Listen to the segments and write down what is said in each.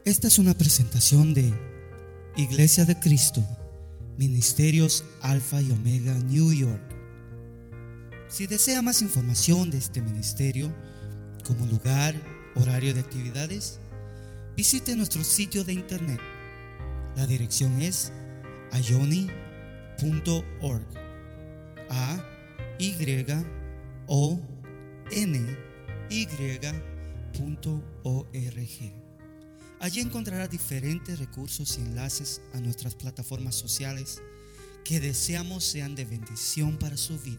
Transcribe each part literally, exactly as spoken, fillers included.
Esta es una presentación de Iglesia de Cristo, Ministerios Alfa y Omega, New York. Si desea más información de este ministerio, como lugar, horario de actividades, visite nuestro sitio de internet. La dirección es ayoni punto org. A Y O N Y punto org. Allí encontrará diferentes recursos y enlaces a nuestras plataformas sociales que deseamos sean de bendición para su vida.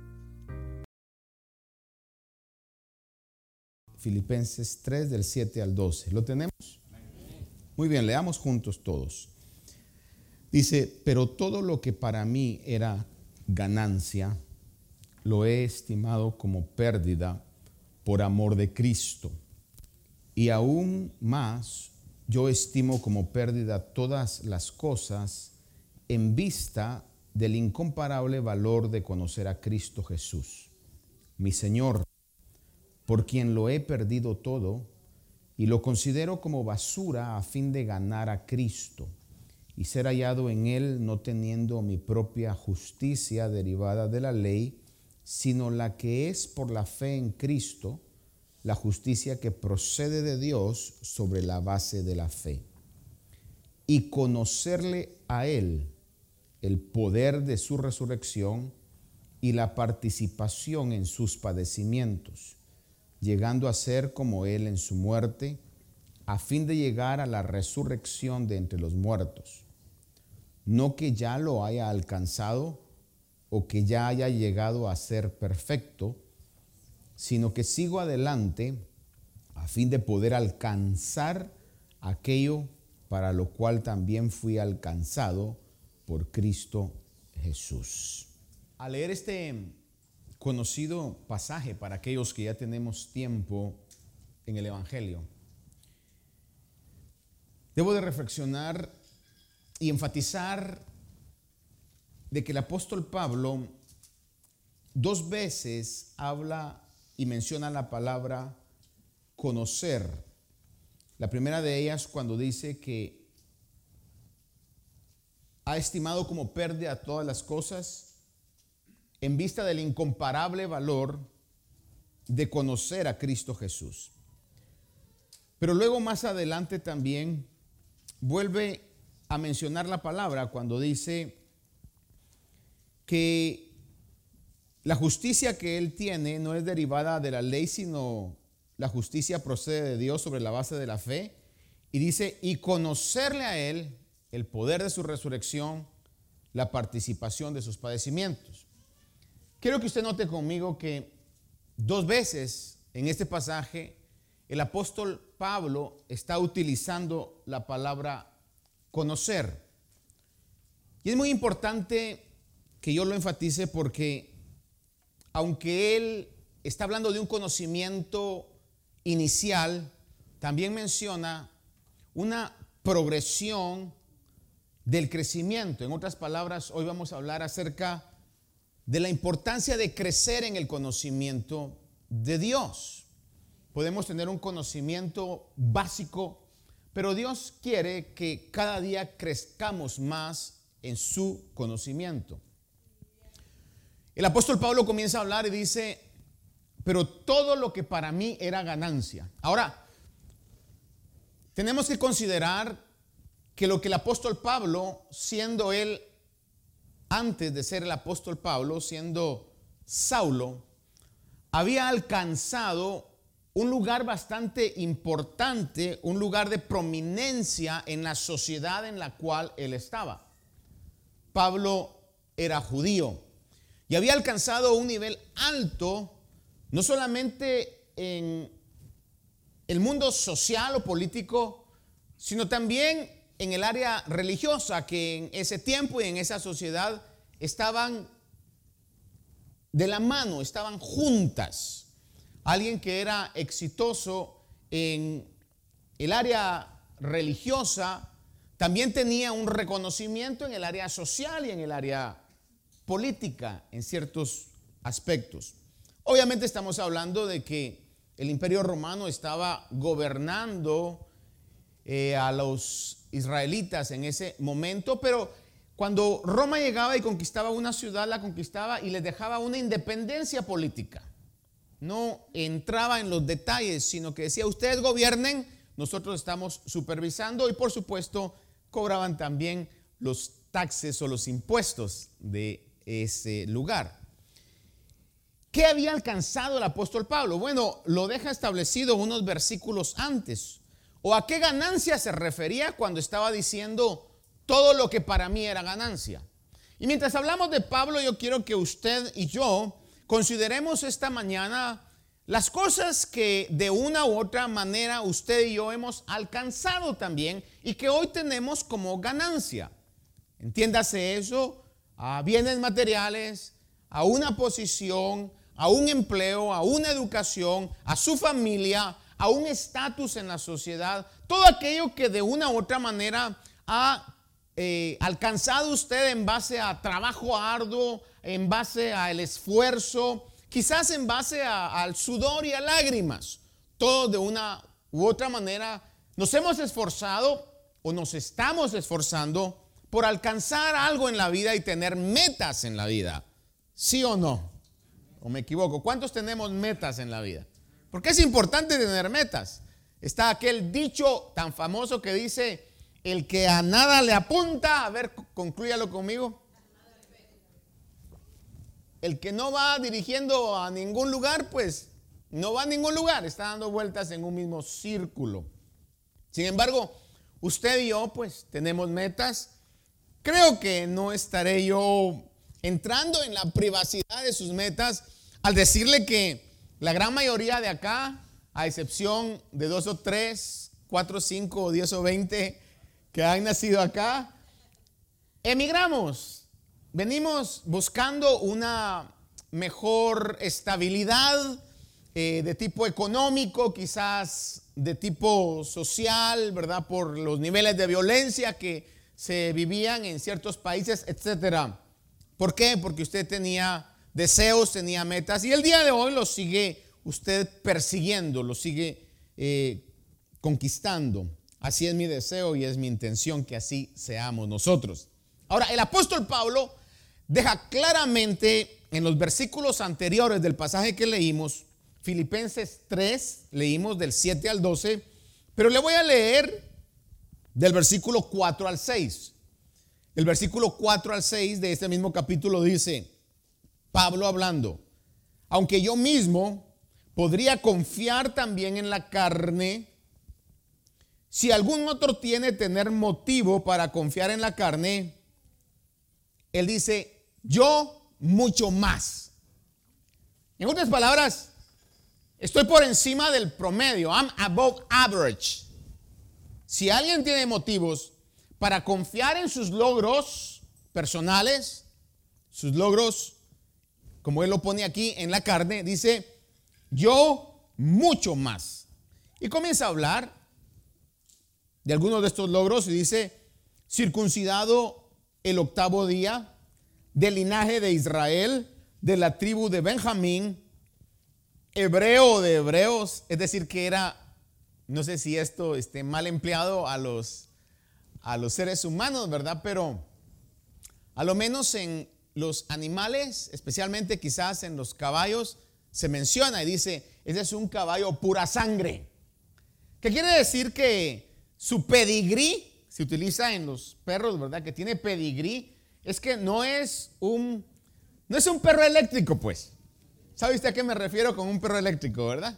Filipenses tres del siete al doce. ¿Lo tenemos? Muy bien, leamos juntos todos. Dice: pero todo lo que para mí era ganancia, lo he estimado como pérdida por amor de Cristo. Y aún más, yo estimo como pérdida todas las cosas en vista del incomparable valor de conocer a Cristo Jesús, mi Señor, por quien lo he perdido todo y lo considero como basura a fin de ganar a Cristo y ser hallado en Él, no teniendo mi propia justicia derivada de la ley, sino la que es por la fe en Cristo, la justicia que procede de Dios sobre la base de la fe. Y conocerle a Él, el poder de su resurrección y la participación en sus padecimientos, llegando a ser como Él en su muerte, a fin de llegar a la resurrección de entre los muertos. No que ya lo haya alcanzado o que ya haya llegado a ser perfecto, sino que sigo adelante a fin de poder alcanzar aquello para lo cual también fui alcanzado por Cristo Jesús. Al leer este conocido pasaje para aquellos que ya tenemos tiempo en el Evangelio, debo de reflexionar y enfatizar de que el apóstol Pablo dos veces habla y menciona la palabra conocer. La primera de ellas cuando dice que ha estimado como pérdida todas las cosas en vista del incomparable valor de conocer a Cristo Jesús. Pero luego más adelante también vuelve a mencionar la palabra cuando dice que la justicia que él tiene no es derivada de la ley, sino la justicia procede de Dios sobre la base de la fe. Y dice, y conocerle a Él, el poder de su resurrección, la participación de sus padecimientos. Quiero que usted note conmigo que dos veces en este pasaje el apóstol Pablo está utilizando la palabra conocer. Y es muy importante que yo lo enfatice porque aunque él está hablando de un conocimiento inicial, también menciona una progresión del crecimiento. En otras palabras, hoy vamos a hablar acerca de la importancia de crecer en el conocimiento de Dios. Podemos tener un conocimiento básico, pero Dios quiere que cada día crezcamos más en su conocimiento. El apóstol Pablo comienza a hablar y dice, pero todo lo que para mí era ganancia. Ahora, tenemos que considerar que lo que el apóstol Pablo, siendo él, antes de ser el apóstol Pablo, siendo Saulo, había alcanzado un lugar bastante importante, un lugar de prominencia en la sociedad en la cual él estaba. Pablo era judío. Y había alcanzado un nivel alto, no solamente en el mundo social o político, sino también en el área religiosa, que en ese tiempo y en esa sociedad estaban de la mano, estaban juntas. Alguien que era exitoso en el área religiosa también tenía un reconocimiento en el área social y en el área política en ciertos aspectos. Obviamente estamos hablando de que el Imperio Romano estaba gobernando eh, a los israelitas en ese momento, pero cuando Roma llegaba y conquistaba una ciudad, la conquistaba y les dejaba una independencia política. No entraba en los detalles, sino que decía: ustedes gobiernen, nosotros estamos supervisando, y por supuesto cobraban también los taxes o los impuestos de ese lugar. ¿Qué había alcanzado el apóstol Pablo? Bueno, lo deja establecido unos versículos antes. ¿O a qué ganancia se refería cuando estaba diciendo todo lo que para mí era ganancia? Y mientras hablamos de Pablo, yo quiero que usted y yo consideremos esta mañana las cosas que de una u otra manera usted y yo hemos alcanzado también y que hoy tenemos como ganancia. Entiéndase eso, a bienes materiales, a una posición, a un empleo, a una educación, a su familia, a un estatus en la sociedad, todo aquello que de una u otra manera ha eh, alcanzado usted en base a trabajo arduo, en base al esfuerzo, quizás en base a, al sudor y a lágrimas. Todo de una u otra manera nos hemos esforzado o nos estamos esforzando por alcanzar algo en la vida y tener metas en la vida. ¿Sí o no? ¿O me equivoco? ¿Cuántos tenemos metas en la vida? Porque es importante tener metas. Está aquel dicho tan famoso que dice: el que a nada le apunta, a ver, conclúyalo conmigo. El que no va dirigiendo a ningún lugar, pues no va a ningún lugar, está dando vueltas en un mismo círculo. Sin embargo, usted y yo pues tenemos metas. Creo que no estaré yo entrando en la privacidad de sus metas al decirle que la gran mayoría de acá, a excepción de dos o tres, cuatro, cinco, diez o veinte que han nacido acá, emigramos. Venimos buscando una mejor estabilidad eh, de tipo económico, quizás de tipo social, ¿verdad? Por los niveles de violencia que se vivían en ciertos países, etcétera. ¿Por qué? Porque usted tenía deseos, tenía metas, y el día de hoy lo sigue usted persiguiendo, lo sigue eh, conquistando. Así es mi deseo y es mi intención que así seamos nosotros. Ahora, el apóstol Pablo deja claramente en los versículos anteriores del pasaje que leímos, Filipenses tres, leímos del siete al doce, pero le voy a leer del versículo cuatro al seis. El versículo cuatro al seis de este mismo capítulo dice, Pablo hablando: aunque yo mismo podría confiar también en la carne, si algún otro tiene tener motivo para confiar en la carne, él dice, yo mucho más. En otras palabras, estoy por encima del promedio. I'm above average. Si alguien tiene motivos para confiar en sus logros personales, sus logros, como él lo pone aquí en la carne, dice, yo mucho más. Y comienza a hablar de algunos de estos logros y dice, circuncidado el octavo día, del linaje de Israel, de la tribu de Benjamín, hebreo de hebreos, es decir que era, no sé si esto esté mal empleado a los, a los seres humanos, ¿verdad? Pero a lo menos en los animales, especialmente quizás en los caballos, se menciona y dice, ese es un caballo pura sangre. ¿Qué quiere decir? Que su pedigrí se utiliza en los perros, ¿verdad? Que tiene pedigrí. Es que no es un, no es un perro eléctrico, pues. ¿Sabe usted a qué me refiero con un perro eléctrico, verdad?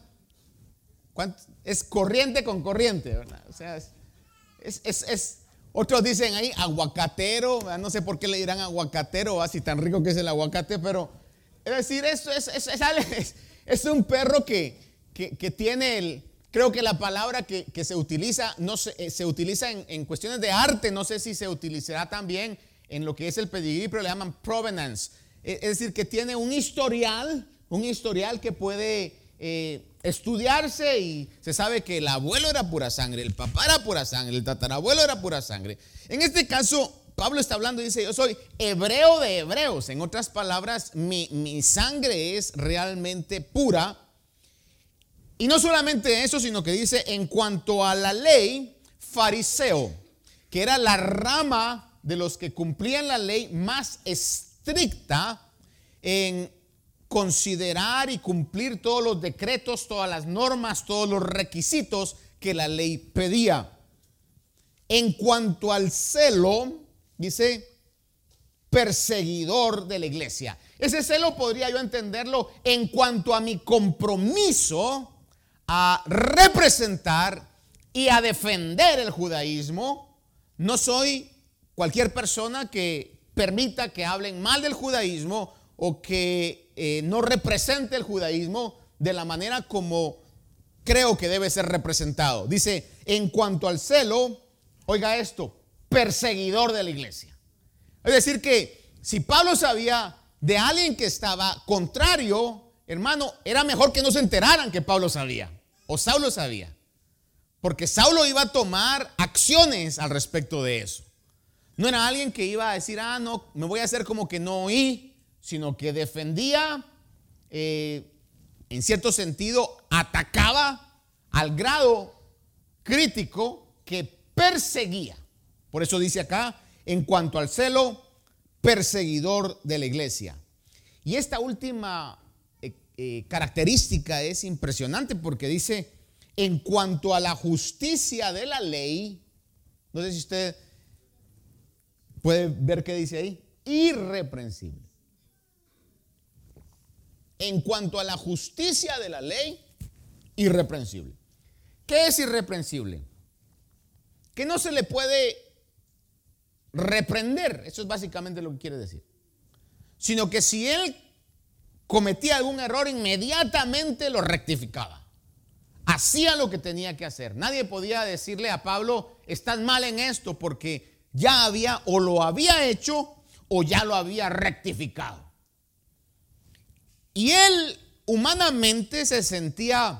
Es corriente con corriente, ¿verdad? O sea, es, es, es, es otros dicen ahí aguacatero, ¿verdad? No sé por qué le dirán aguacatero, así tan rico que es el aguacate, pero es decir, esto es, es, es, es, es un perro que, que, que tiene el, creo que la palabra que, que se utiliza, no se, se utiliza en, en cuestiones de arte, no sé si se utilizará también en lo que es el pedigrí, pero le llaman provenance. Es decir, que tiene un historial, un historial que puede eh, estudiarse y se sabe que el abuelo era pura sangre, el papá era pura sangre, el tatarabuelo era pura sangre. En este caso, Pablo está hablando y dice, yo soy hebreo de hebreos. En otras palabras, mi, mi sangre es realmente pura. Y no solamente eso, sino que dice, en cuanto a la ley, fariseo, que era la rama de los que cumplían la ley más estricta en considerar y cumplir todos los decretos, todas las normas, todos los requisitos que la ley pedía. En cuanto al celo, dice, perseguidor de la iglesia. Ese celo podría yo entenderlo en cuanto a mi compromiso a representar y a defender el judaísmo. No soy cualquier persona que permita que hablen mal del judaísmo o que eh, no represente el judaísmo de la manera como creo que debe ser representado. Dice, en cuanto al celo, oiga esto, perseguidor de la iglesia. Es decir que si Pablo sabía de alguien que estaba contrario, hermano, era mejor que no se enteraran que Pablo sabía o Saulo sabía, porque Saulo iba a tomar acciones al respecto de eso. No era alguien que iba a decir, ah, no, me voy a hacer como que no oí, sino que defendía, eh, en cierto sentido, atacaba al grado crítico que perseguía. Por eso dice acá, en cuanto al celo, perseguidor de la iglesia. Y esta última eh, eh, característica es impresionante porque dice, en cuanto a la justicia de la ley, no sé si usted puede ver qué dice ahí, irreprensible. En cuanto a la justicia de la ley, irreprensible. ¿Qué es irreprensible? Que no se le puede reprender, eso es básicamente lo que quiere decir, sino que si él cometía algún error, inmediatamente lo rectificaba, hacía lo que tenía que hacer. Nadie podía decirle a Pablo, estás mal en esto, porque ya había o lo había hecho o ya lo había rectificado. Y él humanamente se sentía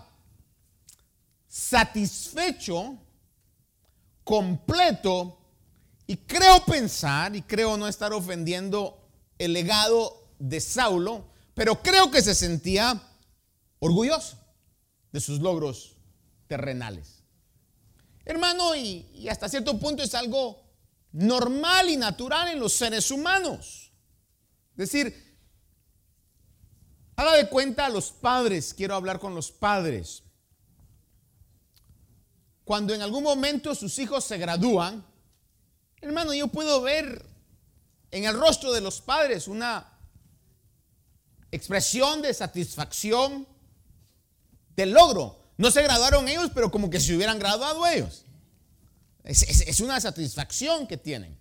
satisfecho, completo. Y creo pensar, y creo no estar ofendiendo el legado de Saulo, pero creo que se sentía orgulloso de sus logros terrenales. Hermano, y, y hasta cierto punto es algo normal y natural en los seres humanos. Es decir, haga de cuenta a los padres, quiero hablar con los padres. Cuando en algún momento sus hijos se gradúan, hermano, yo puedo ver en el rostro de los padres una expresión de satisfacción del logro. No se graduaron ellos, pero como que se hubieran graduado ellos. Es, es, es una satisfacción que tienen.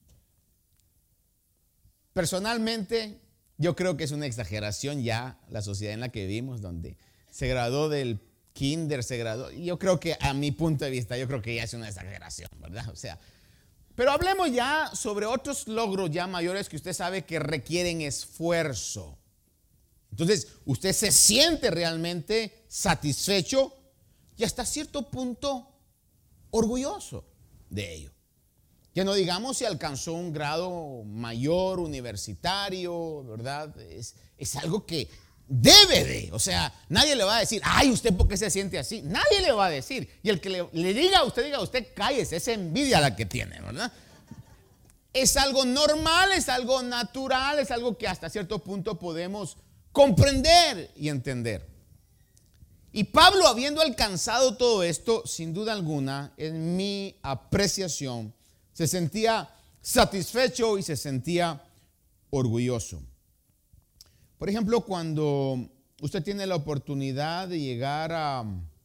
Personalmente, yo creo que es una exageración ya la sociedad en la que vivimos, donde se graduó del kinder, se graduó. Y yo creo que a mi punto de vista, yo creo que ya es una exageración, ¿verdad? O sea, pero hablemos ya sobre otros logros ya mayores que usted sabe que requieren esfuerzo. Entonces, usted se siente realmente satisfecho y hasta cierto punto orgulloso de ello. Ya no digamos si alcanzó un grado mayor, universitario, ¿verdad? Es, es algo que debe de, o sea, nadie le va a decir, ay, ¿usted por qué se siente así? Nadie le va a decir. Y el que le, le diga a usted, diga a usted, cállese, es envidia la que tiene, ¿verdad? Es algo normal, es algo natural, es algo que hasta cierto punto podemos comprender y entender. Y Pablo, habiendo alcanzado todo esto, sin duda alguna, en mi apreciación, se sentía satisfecho y se sentía orgulloso. Por ejemplo, cuando usted tiene la oportunidad de llegar a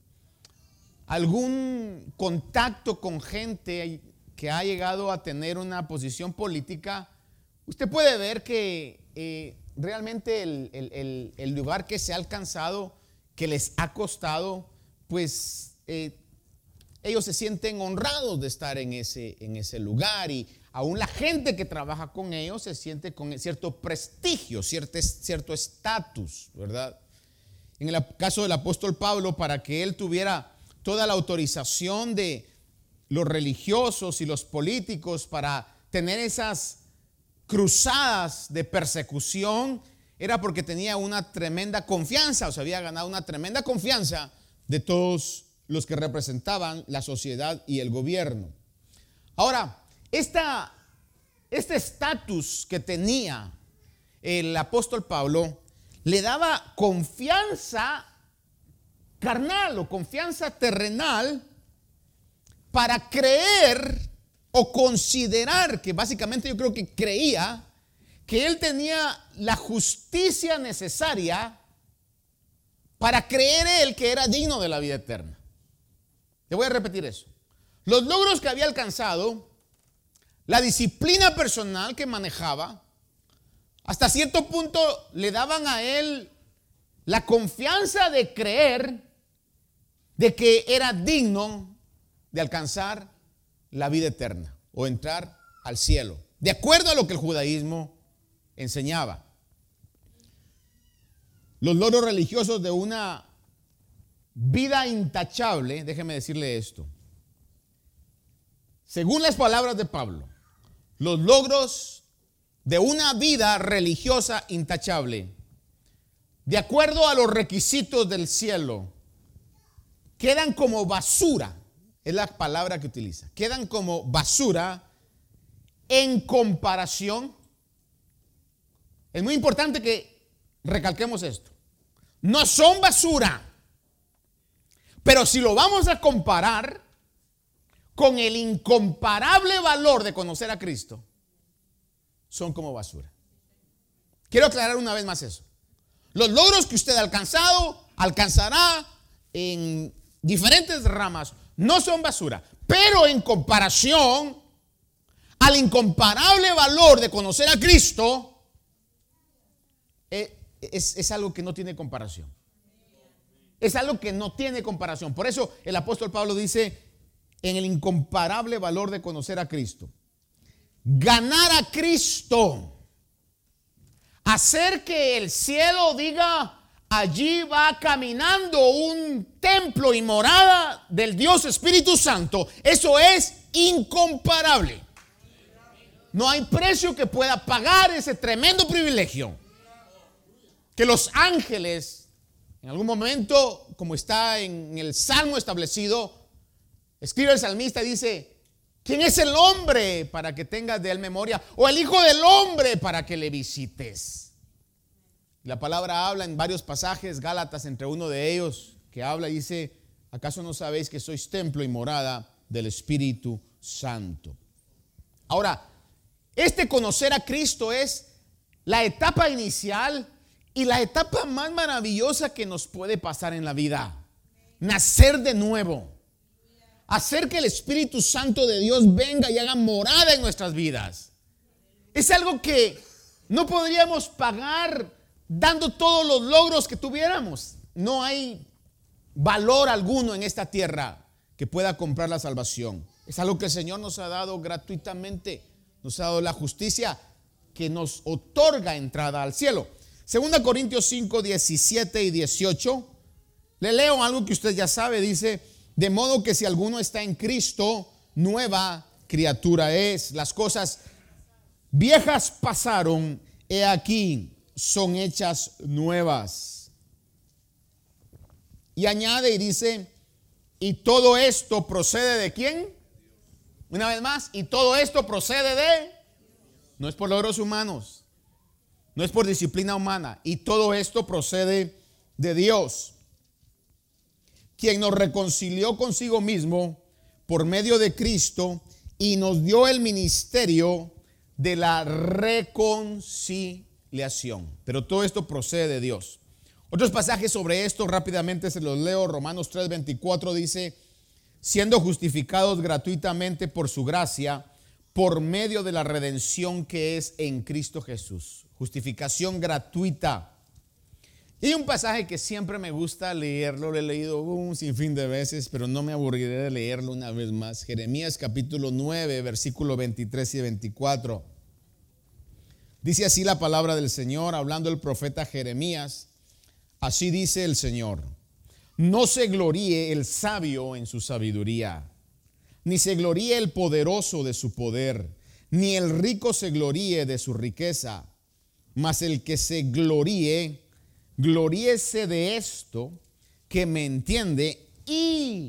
algún contacto con gente que ha llegado a tener una posición política, usted puede ver que eh, realmente el, el, el, el lugar que se ha alcanzado, que les ha costado, pues eh, ellos se sienten honrados de estar en ese, en ese lugar, y aún la gente que trabaja con ellos se siente con cierto prestigio, cierto, cierto estatus, ¿verdad? En el caso del apóstol Pablo, para que él tuviera toda la autorización de los religiosos y los políticos para tener esas cruzadas de persecución, era porque tenía una tremenda confianza, o sea, había ganado una tremenda confianza de todos los que representaban la sociedad y el gobierno. Ahora, esta, este estatus que tenía el apóstol Pablo le daba confianza carnal o confianza terrenal para creer o considerar, que básicamente yo creo que creía, que él tenía la justicia necesaria para creer él que era digno de la vida eterna. Te voy a repetir eso. Los logros que había alcanzado, la disciplina personal que manejaba, hasta cierto punto le daban a él la confianza de creer de que era digno de alcanzar la vida eterna o entrar al cielo, de acuerdo a lo que el judaísmo enseñaba. Los logros religiosos de una vida intachable, déjeme decirle esto. Según las palabras de Pablo, los logros de una vida religiosa intachable, de acuerdo a los requisitos del cielo, quedan como basura, es la palabra que utiliza, quedan como basura en comparación. Es muy importante que recalquemos esto. No son basura, pero si lo vamos a comparar con el incomparable valor de conocer a Cristo, son como basura. Quiero aclarar una vez más eso. Los logros que usted ha alcanzado, alcanzará en diferentes ramas, no son basura, pero en comparación al incomparable valor de conocer a Cristo, es, es algo que no tiene comparación. Es algo que no tiene comparación. Por eso el apóstol Pablo dice, en el incomparable valor de conocer a Cristo, ganar a Cristo, hacer que el cielo diga, allí va caminando un templo y morada del Dios Espíritu Santo, eso es incomparable. No hay precio que pueda pagar ese tremendo privilegio. Que los ángeles, en algún momento, como está en el Salmo establecido, escribe el salmista y dice, ¿quién es el hombre para que tengas de él memoria? O el hijo del hombre para que le visites. La palabra habla en varios pasajes, Gálatas entre uno de ellos, que habla y dice, ¿acaso no sabéis que sois templo y morada del Espíritu Santo? Ahora, este conocer a Cristo es la etapa inicial y la etapa más maravillosa que nos puede pasar en la vida. Nacer de nuevo. Hacer que el Espíritu Santo de Dios venga y haga morada en nuestras vidas. Es algo que no podríamos pagar dando todos los logros que tuviéramos. No hay valor alguno en esta tierra que pueda comprar la salvación. Es algo que el Señor nos ha dado gratuitamente. Nos ha dado la justicia que nos otorga entrada al cielo. Segunda Corintios cinco, diecisiete y dieciocho. Le leo algo que usted ya sabe. Dice, de modo que si alguno está en Cristo, nueva criatura es. Las cosas viejas pasaron, he aquí, son hechas nuevas. Y añade y dice, y todo esto procede de ¿quién? Una vez más, y todo esto procede de, no es por logros humanos, no es por disciplina humana, y todo esto procede de Dios, quien nos reconcilió consigo mismo por medio de Cristo y nos dio el ministerio de la reconciliación. Pero todo esto procede de Dios. Otros pasajes sobre esto rápidamente se los leo. Romanos tres, veinticuatro dice, siendo justificados gratuitamente por su gracia, por medio de la redención que es en Cristo Jesús. Justificación gratuita. Y hay un pasaje que siempre me gusta leerlo, lo he leído un sinfín de veces, pero no me aburriré de leerlo una vez más. Jeremías capítulo nueve, versículo veintitrés y veinticuatro. Dice así la palabra del Señor, hablando el profeta Jeremías. Así dice el Señor: no se gloríe el sabio en su sabiduría, ni se gloríe el poderoso de su poder, ni el rico se gloríe de su riqueza, mas el que se gloríe, gloríese de esto, que me entiende y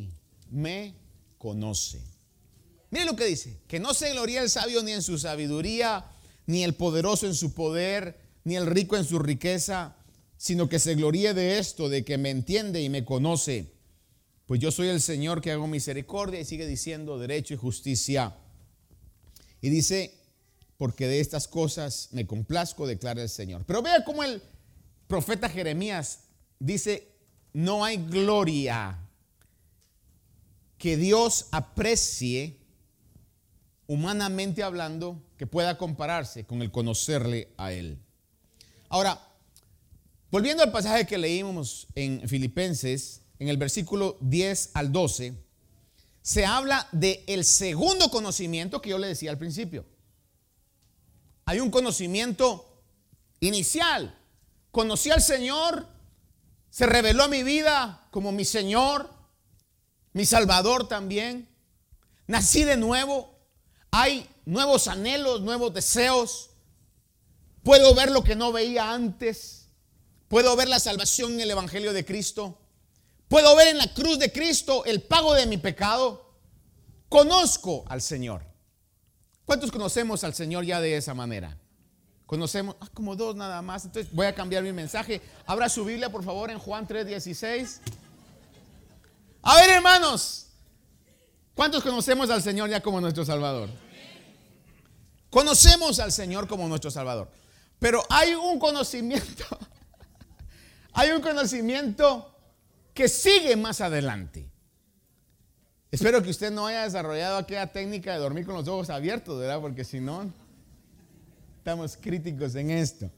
me conoce. Mire lo que dice, que no se gloría el sabio ni en su sabiduría, ni el poderoso en su poder, ni el rico en su riqueza, sino que se gloríe de esto, de que me entiende y me conoce. Pues yo soy el Señor que hago misericordia, y sigue diciendo derecho y justicia. Y dice, porque de estas cosas me complazco, declara el Señor. Pero vea cómo el profeta Jeremías dice, no hay gloria que Dios aprecie, humanamente hablando, que pueda compararse con el conocerle a Él. Ahora, volviendo al pasaje que leímos en Filipenses, en el versículo diez al doce, se habla del segundo conocimiento que yo le decía al principio. Hay un conocimiento inicial. Conocí al Señor, se reveló a mi vida como mi Señor, mi Salvador también. Nací de nuevo, hay nuevos anhelos, nuevos deseos. Puedo ver lo que no veía antes. Puedo ver la salvación en el Evangelio de Cristo. Puedo ver en la cruz de Cristo el pago de mi pecado. Conozco al Señor. ¿Cuántos conocemos al Señor ya de esa manera? Conocemos, ah, como dos nada más. Entonces voy a cambiar mi mensaje. Abra su Biblia, por favor, en Juan tres dieciséis. A ver, hermanos, ¿cuántos conocemos al Señor ya como nuestro Salvador? Conocemos al Señor como nuestro Salvador. Pero hay un conocimiento, hay un conocimiento que sigue más adelante. Espero que usted no haya desarrollado aquella técnica de dormir con los ojos abiertos, ¿verdad? Porque si no, estamos críticos en esto.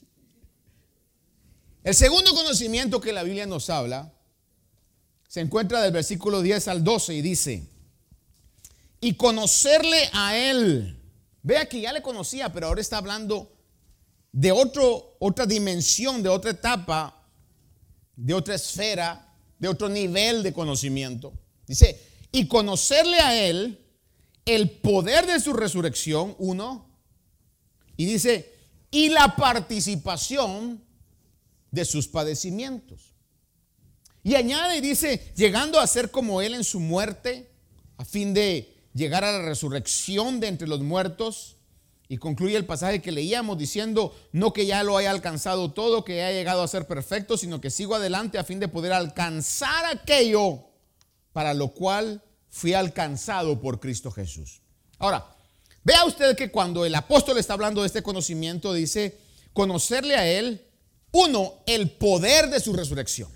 El segundo conocimiento que la Biblia nos habla se encuentra del versículo diez al doce y dice, y conocerle a Él. Vea que ya le conocía, pero ahora está hablando de otro, otra dimensión, de otra etapa, de otra esfera, de otro nivel de conocimiento. Dice, y conocerle a Él, el poder de su resurrección, uno, y dice, y la participación de sus padecimientos. Y añade y dice, llegando a ser como Él en su muerte, a fin de llegar a la resurrección de entre los muertos. Y concluye el pasaje que leíamos diciendo, no que ya lo haya alcanzado todo, que haya llegado a ser perfecto, sino que sigo adelante a fin de poder alcanzar aquello para lo cual fui alcanzado por Cristo Jesús. Ahora, vea usted que cuando el apóstol está hablando de este conocimiento, dice, conocerle a Él, uno, el poder de su resurrección.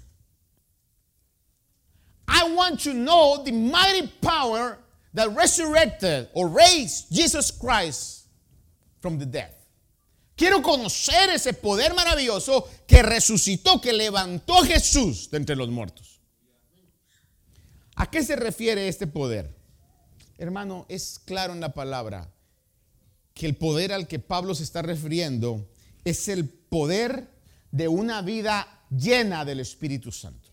I want to know the mighty power that resurrected or raised Jesus Christ from the dead. Quiero conocer ese poder maravilloso que resucitó, que levantó a Jesús de entre los muertos. ¿A qué se refiere este poder? Hermano, es claro en la palabra que el poder al que Pablo se está refiriendo es el poder de una vida llena del Espíritu Santo.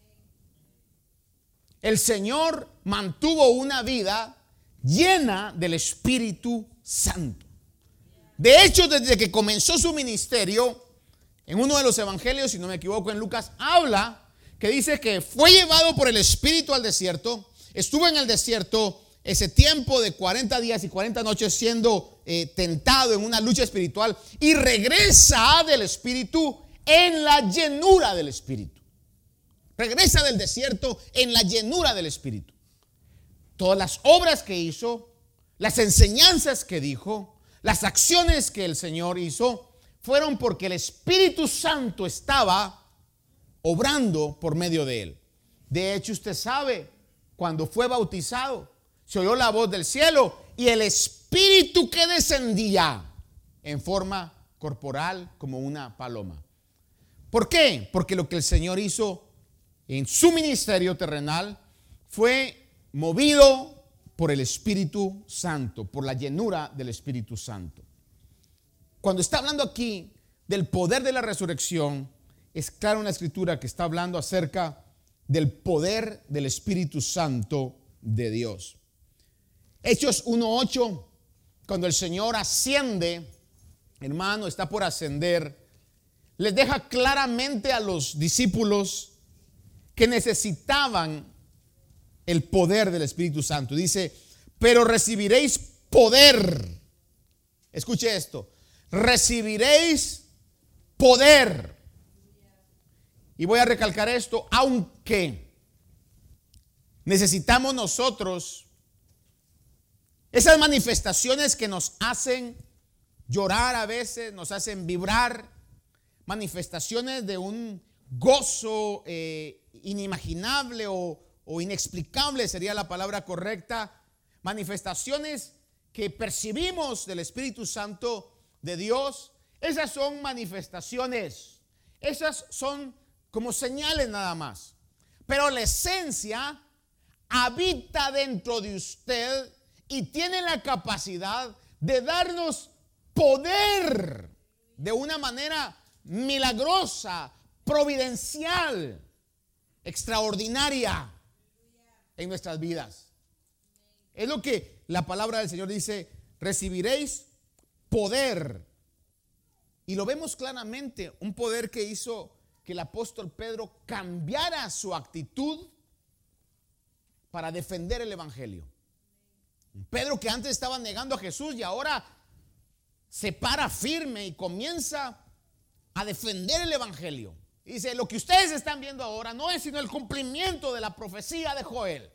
El Señor mantuvo una vida llena del Espíritu Santo. De hecho, desde que comenzó su ministerio, en uno de los evangelios, si no me equivoco, en Lucas, habla que dice que fue llevado por el Espíritu al desierto, estuvo en el desierto ese tiempo de cuarenta días y cuarenta noches siendo eh, tentado en una lucha espiritual, y regresa del Espíritu en la llenura del Espíritu. Regresa del desierto en la llenura del Espíritu. Todas las obras que hizo, las enseñanzas que dijo, las acciones que el Señor hizo, fueron porque el Espíritu Santo estaba obrando por medio de él. De hecho, usted sabe, cuando fue bautizado, se oyó la voz del cielo y el Espíritu que descendía en forma corporal como una paloma. ¿Por qué? Porque lo que el Señor hizo en su ministerio terrenal fue movido por el Espíritu Santo, por la llenura del Espíritu Santo. Cuando está hablando aquí del poder de la resurrección, es claro en la Escritura que está hablando acerca del poder del Espíritu Santo de Dios. Hechos uno ocho, cuando el Señor asciende, hermano, está por ascender, les deja claramente a los discípulos que necesitaban el poder del Espíritu Santo. Dice, pero recibiréis poder. Escuche esto, recibiréis poder. Y voy a recalcar esto, aunque necesitamos nosotros esas manifestaciones que nos hacen llorar a veces, nos hacen vibrar, manifestaciones de un gozo eh, inimaginable o, o inexplicable sería la palabra correcta, manifestaciones que percibimos del Espíritu Santo de Dios. Esas son manifestaciones, esas son como señales nada más, pero la esencia habita dentro de usted y tiene la capacidad de darnos poder de una manera milagrosa, providencial, extraordinaria en nuestras vidas. Es lo que la palabra del Señor dice, recibiréis poder. Y lo vemos claramente, un poder que hizo que el apóstol Pedro cambiara su actitud para defender el evangelio. Pedro, que antes estaba negando a Jesús y ahora se para firme y comienza a defender el evangelio. Dice, lo que ustedes están viendo ahora no es sino el cumplimiento de la profecía de Joel.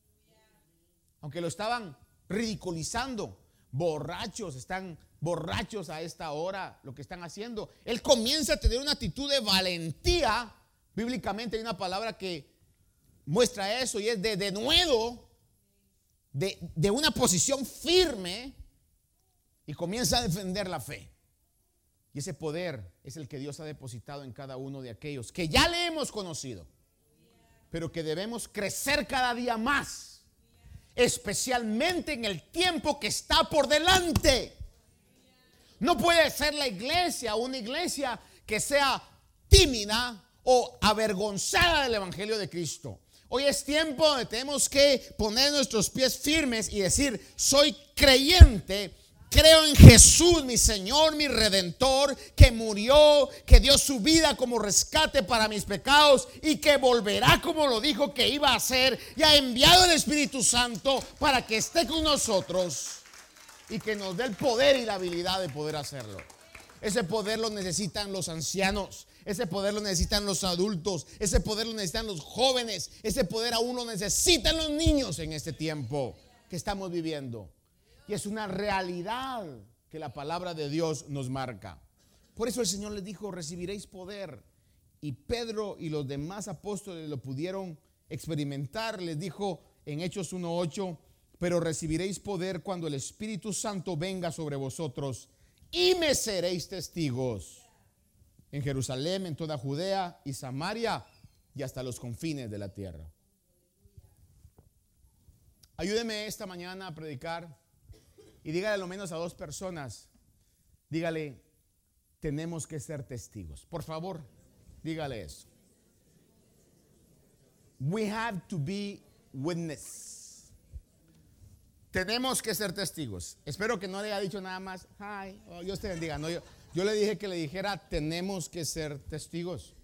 Aunque lo estaban ridiculizando, borrachos, están borrachos a esta hora, lo que están haciendo. Él comienza a tener una actitud de valentía. Bíblicamente hay una palabra que muestra eso y es de denuedo, de, de una posición firme, y comienza a defender la fe. Y ese poder es el que Dios ha depositado en cada uno de aquellos que ya le hemos conocido, pero que debemos crecer cada día más, especialmente en el tiempo que está por delante. No puede ser la iglesia una iglesia que sea tímida o avergonzada del evangelio de Cristo. Hoy es tiempo donde tenemos que poner nuestros pies firmes y decir, soy creyente, creo en Jesús, mi Señor, mi Redentor, que murió, que dio su vida como rescate para mis pecados y que volverá como lo dijo que iba a hacer, y ha enviado el Espíritu Santo para que esté con nosotros y que nos dé el poder y la habilidad de poder hacerlo. Ese poder lo necesitan los ancianos, ese poder lo necesitan los adultos, ese poder lo necesitan los jóvenes, ese poder aún lo necesitan los niños en este tiempo que estamos viviendo. Y es una realidad que la palabra de Dios nos marca. Por eso el Señor les dijo, recibiréis poder. Y Pedro y los demás apóstoles lo pudieron experimentar. Les dijo en Hechos uno ocho, pero recibiréis poder cuando el Espíritu Santo venga sobre vosotros y me seréis testigos en Jerusalén, en toda Judea y Samaria y hasta los confines de la tierra. Ayúdeme esta mañana a predicar y dígale a lo menos a dos personas, dígale, tenemos que ser testigos. Por favor, dígale eso. We have to be witness. Tenemos que ser testigos. Espero que no le haya dicho nada más, hi, oh, Dios te bendiga. No, yo, yo le dije que le dijera, tenemos que ser testigos.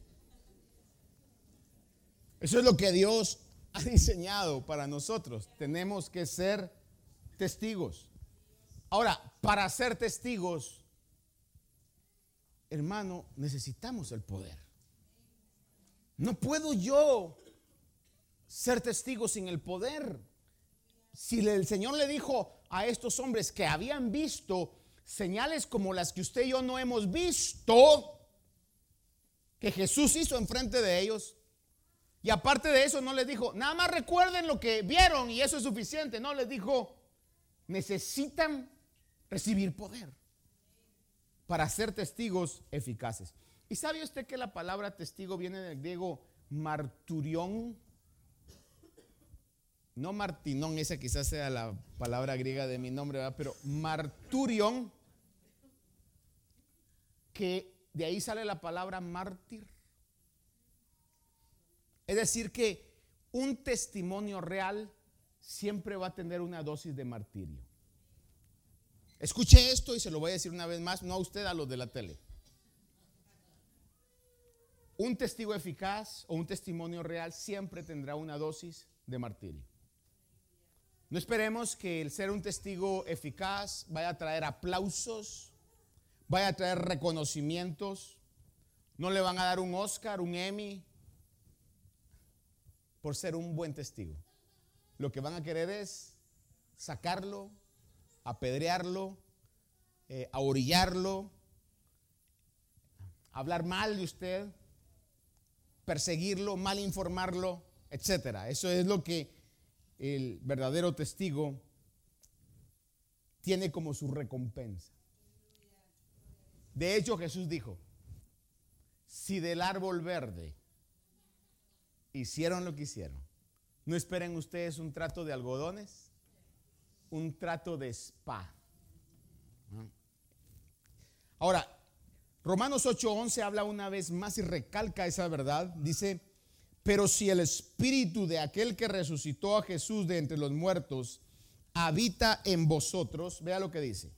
Eso es lo que Dios ha diseñado para nosotros. Tenemos que ser testigos. Ahora, para ser testigos, hermano, necesitamos el poder. No puedo yo ser testigo sin el poder. Si el Señor le dijo a estos hombres que habían visto señales como las que usted y yo no hemos visto, que Jesús hizo enfrente de ellos, y aparte de eso no les dijo, nada más recuerden lo que vieron y eso es suficiente. No, les dijo, necesitan recibir poder para ser testigos eficaces. ¿Y sabe usted que la palabra testigo viene del griego marturión? No martinón, esa quizás sea la palabra griega de mi nombre, ¿verdad? Pero marturión, que de ahí sale la palabra mártir. Es decir que un testimonio real siempre va a tener una dosis de martirio. Escuche esto y se lo voy a decir una vez más, no a usted, a los de la tele. Un testigo eficaz o un testimonio real siempre tendrá una dosis de martirio. No esperemos que el ser un testigo eficaz vaya a traer aplausos, vaya a traer reconocimientos. No le van a dar un Oscar, un Emmy por ser un buen testigo. Lo que van a querer es sacarlo, apedrearlo, eh, ahorillarlo, hablar mal de usted, perseguirlo, mal informarlo, etcétera. Eso es lo que el verdadero testigo tiene como su recompensa. De hecho, Jesús dijo: si del árbol verde hicieron lo que hicieron, no esperen ustedes un trato de algodones, un trato de spa. Ahora, Romanos ocho once habla una vez más y recalca esa verdad. Dice: pero si el espíritu de aquel que resucitó a Jesús de entre los muertos habita en vosotros, vea lo que dice: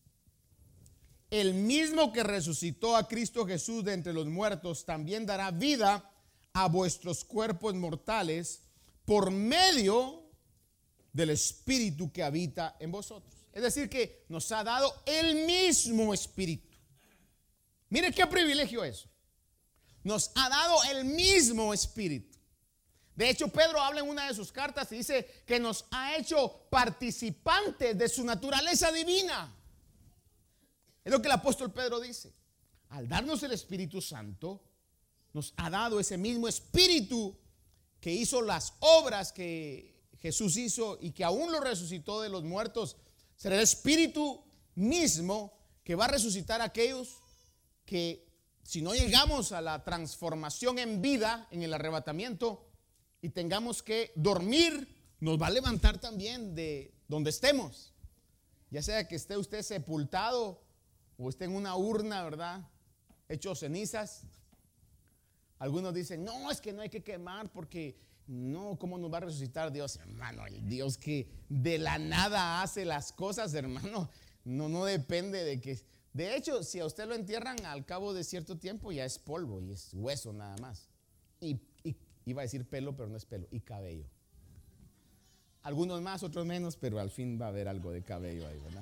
el mismo que resucitó a Cristo Jesús de entre los muertos también dará vida a vuestros cuerpos mortales por medio del espíritu que habita en vosotros. Es decir, que nos ha dado el mismo espíritu. Mire qué privilegio eso. Nos ha dado el mismo espíritu. De hecho, Pedro habla en una de sus cartas y dice que nos ha hecho participantes de su naturaleza divina. Es lo que el apóstol Pedro dice. Al darnos el Espíritu Santo, nos ha dado ese mismo espíritu que hizo las obras que Jesús hizo y que aún lo resucitó de los muertos. Será el espíritu mismo que va a resucitar a aquellos que, si no llegamos a la transformación en vida, en el arrebatamiento, y tengamos que dormir, nos va a levantar también de donde estemos. Ya sea que esté usted sepultado o esté en una urna, ¿verdad?, hecho cenizas. Algunos dicen: no, es que no hay que quemar porque no, ¿cómo nos va a resucitar Dios? Hermano, el Dios que de la nada hace las cosas, hermano, no, no depende de que... De hecho, si a usted lo entierran al cabo de cierto tiempo, ya es polvo y es hueso nada más. Y, y iba a decir pelo, pero no es pelo, y cabello. Algunos más, otros menos, pero al fin va a haber algo de cabello ahí, ¿verdad?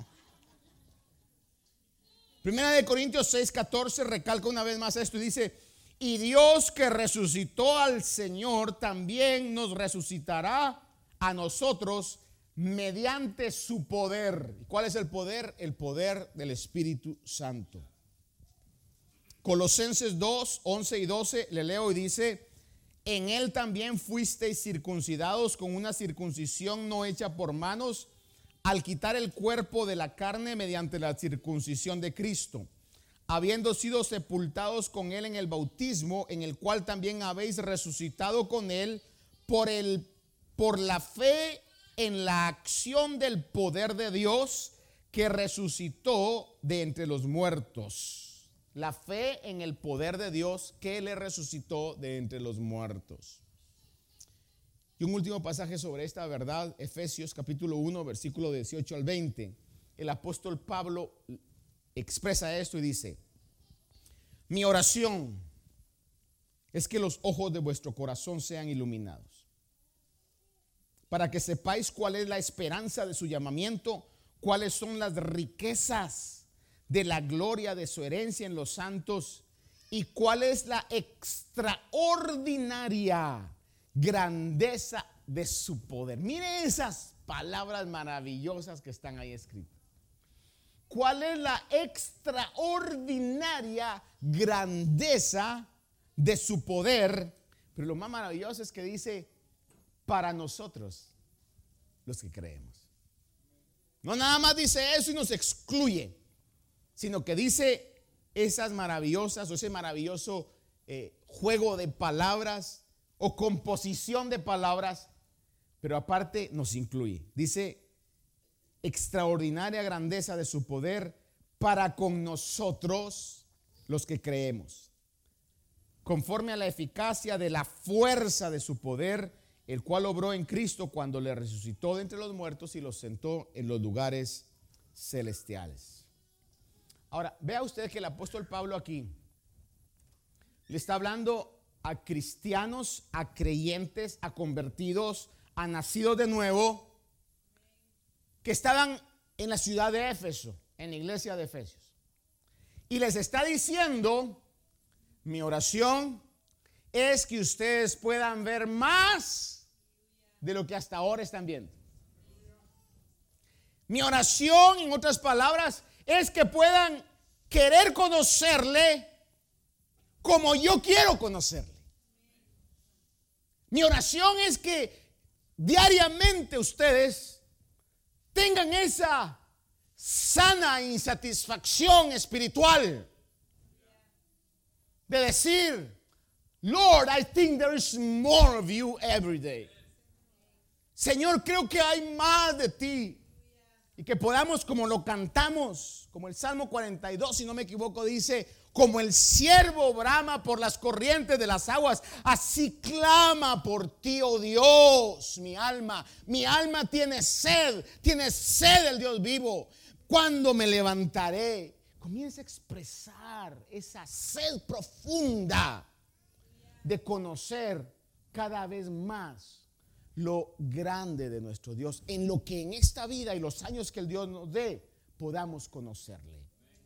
Primera de Corintios seis catorce recalca una vez más esto y dice: y Dios que resucitó al Señor también nos resucitará a nosotros mediante su poder. ¿Cuál es el poder? El poder del Espíritu Santo. Colosenses dos, once y doce le leo y dice: en él también fuisteis circuncidados con una circuncisión no hecha por manos, al quitar el cuerpo de la carne mediante la circuncisión de Cristo, habiendo sido sepultados con él en el bautismo, en el cual también habéis resucitado con él por el, por la fe en la acción del poder de Dios que resucitó de entre los muertos. La fe en el poder de Dios que le resucitó de entre los muertos. Y un último pasaje sobre esta verdad, Efesios capítulo uno, versículo dieciocho al veinte. El apóstol Pablo expresa esto y dice: mi oración es que los ojos de vuestro corazón sean iluminados, para que sepáis cuál es la esperanza de su llamamiento, cuáles son las riquezas de la gloria de su herencia en los santos, y cuál es la extraordinaria grandeza de su poder. Mire esas palabras maravillosas que están ahí escritas. ¿Cuál es la extraordinaria grandeza de su poder? Pero lo más maravilloso es que dice: para nosotros, los que creemos. No nada más dice eso y nos excluye, sino que dice esas maravillosas o ese maravilloso eh, juego de palabras o composición de palabras, pero aparte nos incluye. Dice: extraordinaria grandeza de su poder para con nosotros los que creemos, conforme a la eficacia de la fuerza de su poder, el cual obró en Cristo cuando le resucitó de entre los muertos y los sentó en los lugares celestiales. Ahora, vea usted que el apóstol Pablo aquí le está hablando a cristianos, a creyentes, a convertidos, a nacidos de nuevo, que estaban en la ciudad de Éfeso, en la iglesia de Efesios. Y les está diciendo, mi oración es que ustedes puedan ver más de lo que hasta ahora están viendo. Mi oración, en otras palabras, es que puedan querer conocerle como yo quiero conocerle. Mi oración es que diariamente ustedes tengan esa sana insatisfacción espiritual de decir, Lord, I think there is more of you every day. Señor, creo que hay más de ti. Y que podamos, como lo cantamos, como el Salmo cuarenta y dos, si no me equivoco, dice, como el ciervo brama por las corrientes de las aguas, así clama por ti, oh Dios, mi alma. Mi alma tiene sed, tiene sed del Dios vivo. ¿Cuándo me levantaré? Comienza a expresar esa sed profunda de conocer cada vez más lo grande de nuestro Dios, en lo que en esta vida y los años que el Dios nos dé podamos conocerle.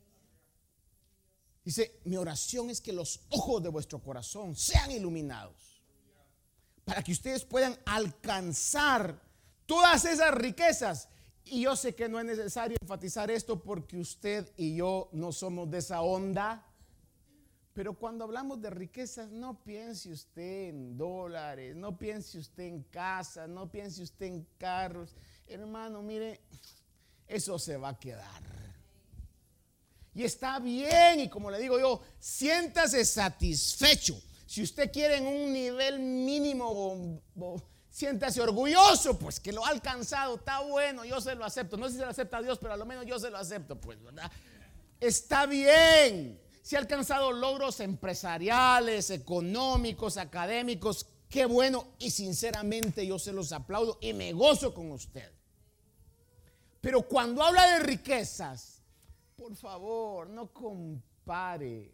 Dice, mi oración es que los ojos de vuestro corazón sean iluminados para que ustedes puedan alcanzar todas esas riquezas. Y yo sé que no es necesario enfatizar esto porque usted y yo no somos de esa onda. Pero cuando hablamos de riquezas, no piense usted en dólares, no piense usted en casas, no piense usted en carros. Hermano, mire, eso se va a quedar. Y está bien, y como le digo yo, siéntase satisfecho. Si usted quiere en un nivel mínimo, siéntase orgulloso, pues que lo ha alcanzado, está bueno, yo se lo acepto. No sé si se lo acepta Dios, pero a lo menos yo se lo acepto, pues, ¿verdad? Está bien. Si ha alcanzado logros empresariales, económicos, académicos, qué bueno, y sinceramente yo se los aplaudo y me gozo con usted. Pero cuando habla de riquezas, por favor, no compare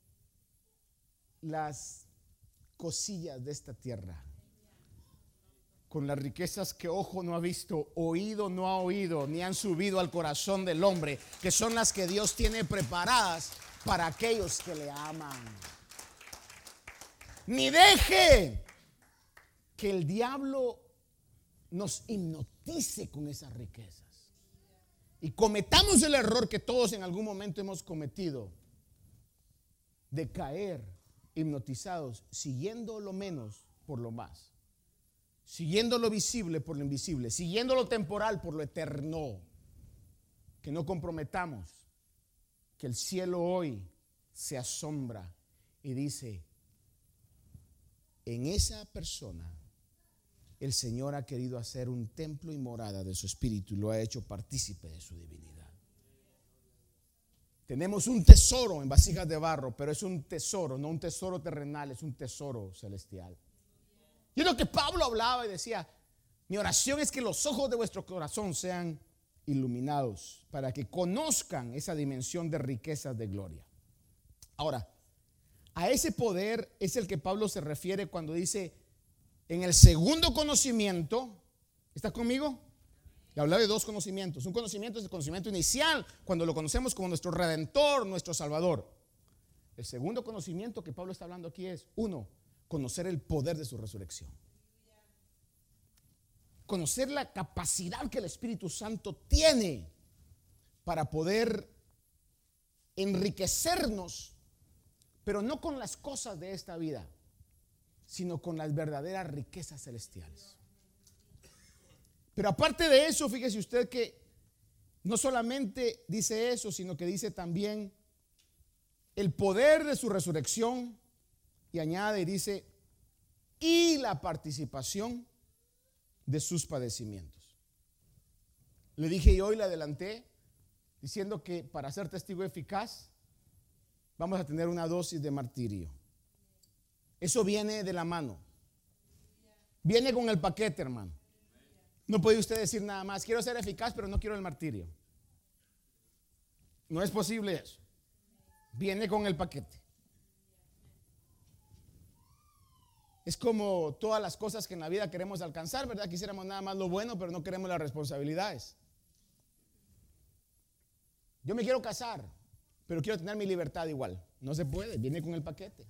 las cosillas de esta tierra con las riquezas que ojo no ha visto, oído no ha oído, ni han subido al corazón del hombre, que son las que Dios tiene preparadas para aquellos que le aman. Ni deje que el diablo nos hipnotice con esas riquezas y cometamos el error que todos en algún momento hemos cometido, de caer hipnotizados siguiendo lo menos por lo más, siguiendo lo visible por lo invisible, siguiendo lo temporal por lo eterno. Que no comprometamos que el cielo hoy se asombra y dice, en esa persona el Señor ha querido hacer un templo y morada de su espíritu y lo ha hecho partícipe de su divinidad. Tenemos un tesoro en vasijas de barro, pero es un tesoro, no un tesoro terrenal, es un tesoro celestial. Y es lo que Pablo hablaba y decía, mi oración es que los ojos de vuestro corazón sean iluminados para que conozcan esa dimensión de riquezas de gloria. Ahora, a ese poder es el que Pablo se refiere cuando dice, en el segundo conocimiento, ¿estás conmigo? Le hablaba de dos conocimientos. Un conocimiento es el conocimiento inicial, cuando lo conocemos como nuestro Redentor, nuestro Salvador. El segundo conocimiento que Pablo está hablando aquí es, uno, conocer el poder de su resurrección. Conocer la capacidad que el Espíritu Santo tiene para poder enriquecernos, pero no con las cosas de esta vida, sino con las verdaderas riquezas celestiales. Pero aparte de eso, fíjese usted que no solamente dice eso, sino que dice también el poder de su resurrección, y añade y dice, y la participación de sus padecimientos. Le dije y hoy le adelanté diciendo que para ser testigo eficaz vamos a tener una dosis de martirio. Eso viene de la mano, viene con el paquete, hermano. No puede usted decir nada más, quiero ser eficaz pero no quiero el martirio. No es posible eso. Viene con el paquete. Es como todas las cosas que en la vida queremos alcanzar, ¿verdad? Quisiéramos nada más lo bueno, pero no queremos las responsabilidades. Yo me quiero casar, pero quiero tener mi libertad igual. No se puede, viene con el paquete.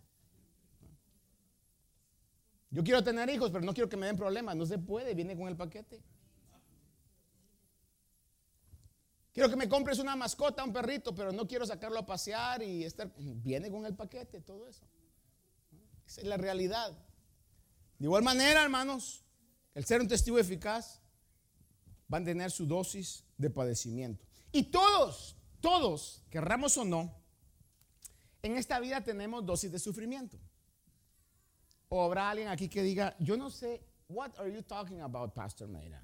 Yo quiero tener hijos, pero no quiero que me den problemas. No se puede, viene con el paquete. Quiero que me compres una mascota, un perrito, pero no quiero sacarlo a pasear y estar. Viene con el paquete, todo eso. Esa es la realidad. De igual manera, hermanos, el ser un testigo eficaz van a tener su dosis de padecimiento. Y todos, todos, querramos o no, en esta vida tenemos dosis de sufrimiento. O habrá alguien aquí que diga, yo no sé, what are you talking about, Pastor Meira?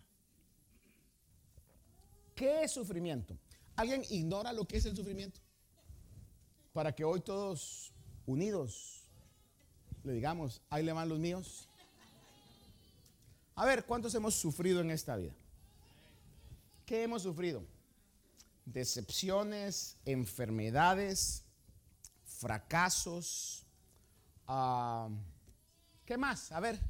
¿Qué es sufrimiento? ¿Alguien ignora lo que es el sufrimiento? Para que hoy todos unidos le digamos, ahí le van los míos. A ver, ¿cuántos hemos sufrido en esta vida? ¿Qué hemos sufrido? Decepciones, enfermedades, fracasos. Uh, ¿Qué más? A ver.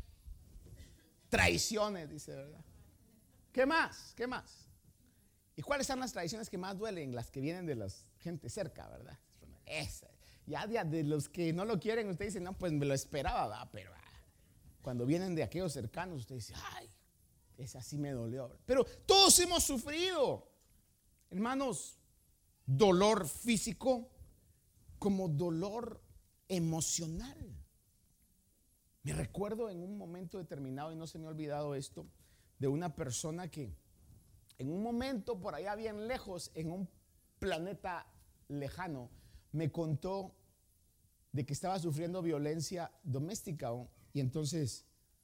Traiciones, dice, ¿verdad? ¿Qué más? ¿Qué más? ¿Y cuáles son las traiciones que más duelen? Las que vienen de la gente cerca, ¿verdad? Esa. Ya de, de los que no lo quieren, usted dice, no, pues me lo esperaba, ¿verdad? Pero ah, cuando vienen de aquellos cercanos, usted dice, ay, esa sí me dolió. Pero todos hemos sufrido, hermanos, dolor físico como dolor emocional. Me recuerdo en un momento determinado, y no se me ha olvidado esto, de una persona que en un momento por allá bien lejos, en un planeta lejano, me contó de que estaba sufriendo violencia doméstica. Y entonces,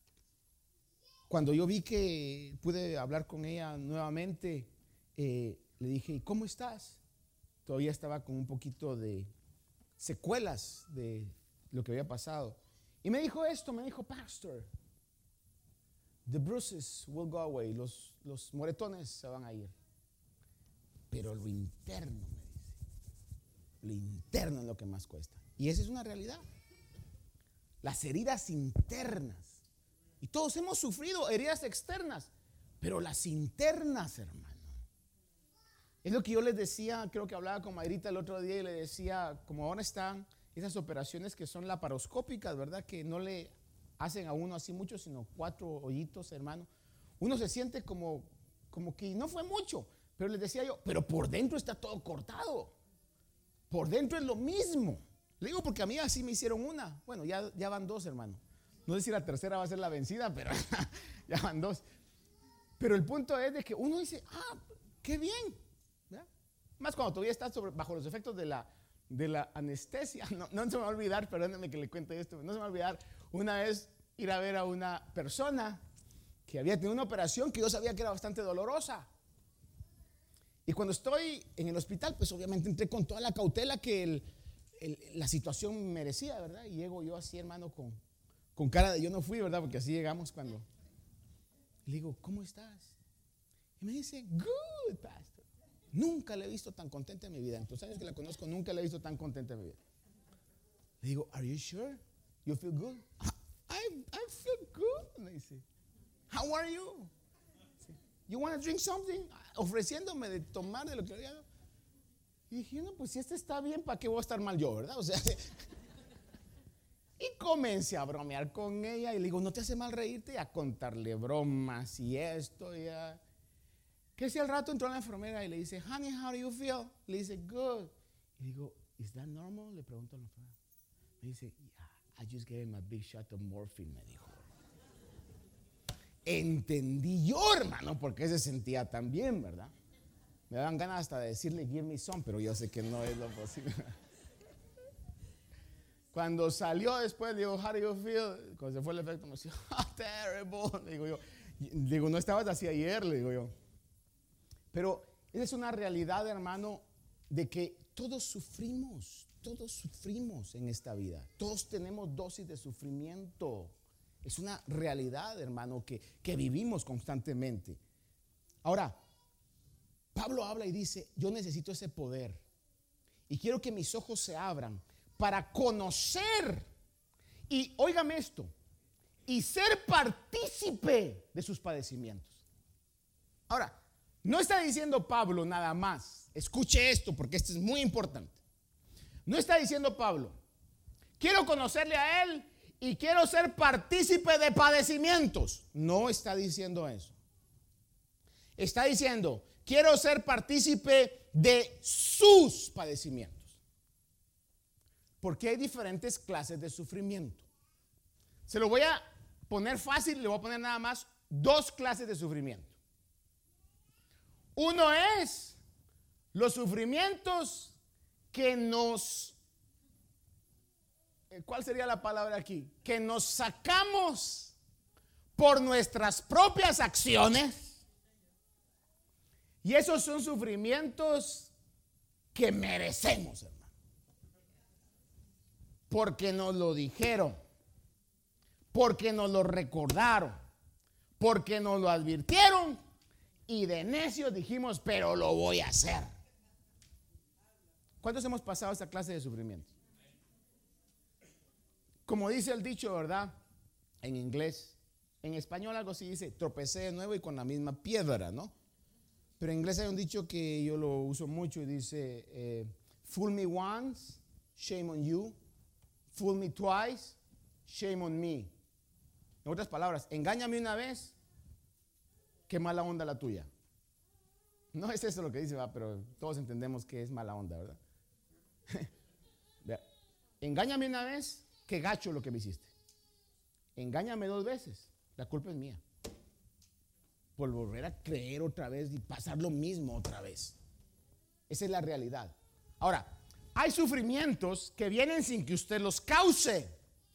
cuando yo vi que pude hablar con ella nuevamente, eh, le dije, ¿y cómo estás? Todavía estaba con un poquito de secuelas de lo que había pasado. Y me dijo esto, me dijo, Pastor, the bruises will go away, los, los moretones se van a ir. Pero lo interno, me dice, lo interno es lo que más cuesta. Y esa es una realidad. Las heridas internas. Y todos hemos sufrido heridas externas, pero las internas, hermano. Es lo que yo les decía, creo que hablaba con Mayrita el otro día y le decía, como ahora están esas operaciones que son laparoscópicas, ¿verdad? Que no le hacen a uno así mucho, sino cuatro hoyitos, hermano. Uno se siente como, como que no fue mucho, pero les decía yo, pero por dentro está todo cortado. Por dentro es lo mismo. Le digo porque a mí así me hicieron una. Bueno, ya, ya van dos, hermano. No sé si la tercera va a ser la vencida, pero ya van dos. Pero el punto es de que uno dice, ah, qué bien. ¿Verdad? Más cuando todavía estás sobre, bajo los efectos de la, de la anestesia. No, no se me va a olvidar, perdónenme que le cuente esto, no se me va a olvidar una vez ir a ver a una persona que había tenido una operación que yo sabía que era bastante dolorosa. Y cuando estoy en el hospital, pues obviamente entré con toda la cautela que el, el, la situación merecía, ¿verdad? Y llego yo así, hermano, con, con cara de yo no fui, ¿verdad? Porque así llegamos cuando le digo, ¿cómo estás? Y me dice, good, pastor. Nunca la he visto tan contenta en mi vida. En los años que la conozco, nunca la he visto tan contenta en mi vida. Le digo, are you sure? You feel good? I, I feel good. Me dice, how are you? You want to drink something? Ofreciéndome de tomar de lo que había. Y dije, no, pues si este está bien, ¿para qué voy a estar mal yo, verdad? O sea, y comencé a bromear con ella y le digo, ¿no te hace mal reírte? Y a contarle bromas y esto, ya. Que si al rato entró la enfermera y le dice, honey, how do you feel? Le dice, good. Y digo, is that normal? Le pregunto a la enfermera. Me dice, yeah, I just gave him a big shot of morphine, me dijo. Entendí yo, hermano, porque se sentía tan bien, ¿verdad? Me daban ganas hasta de decirle, give me some, pero yo sé que no es lo posible. Cuando salió después, le digo, how do you feel? Cuando se fue el efecto, me decía, oh, terrible. Le digo yo, le digo, no estabas así ayer, le digo yo. Pero esa es una realidad, hermano, de que todos sufrimos, todos sufrimos en esta vida. Todos tenemos dosis de sufrimiento. Es una realidad, hermano, que, que vivimos constantemente. Ahora, Pablo habla y dice, yo necesito ese poder. Y quiero que mis ojos se abran para conocer. Y óigame esto, y ser partícipe de sus padecimientos. Ahora, No está diciendo Pablo nada más. Escuche esto porque esto es muy importante. No está diciendo Pablo, quiero conocerle a él y quiero ser partícipe de padecimientos. No está diciendo eso. Está diciendo, quiero ser partícipe de sus padecimientos. Porque hay diferentes clases de sufrimiento. Se lo voy a poner fácil, le voy a poner nada más dos clases de sufrimiento. Uno es los sufrimientos que nos, ¿cuál sería la palabra aquí? Que nos sacamos por nuestras propias acciones. Y esos son sufrimientos que merecemos, hermano. Porque nos lo dijeron, porque nos lo recordaron, porque nos lo advirtieron y de necios dijimos, pero lo voy a hacer. ¿Cuántos hemos pasado esta clase de sufrimiento? Como dice el dicho, ¿verdad? En inglés, en español algo así dice, tropecé de nuevo y con la misma piedra, ¿no? Pero en inglés hay un dicho que yo lo uso mucho y dice, eh, fool me once, shame on you. Fool me twice, shame on me. En otras palabras, engáñame una vez, qué mala onda la tuya. No es eso lo que dice, va, pero todos entendemos que es mala onda, ¿verdad? Engáñame una vez, qué gacho lo que me hiciste. Engáñame dos veces, la culpa es mía. Por volver a creer otra vez y pasar lo mismo otra vez. Esa es la realidad. Ahora, hay sufrimientos que vienen sin que usted los cause,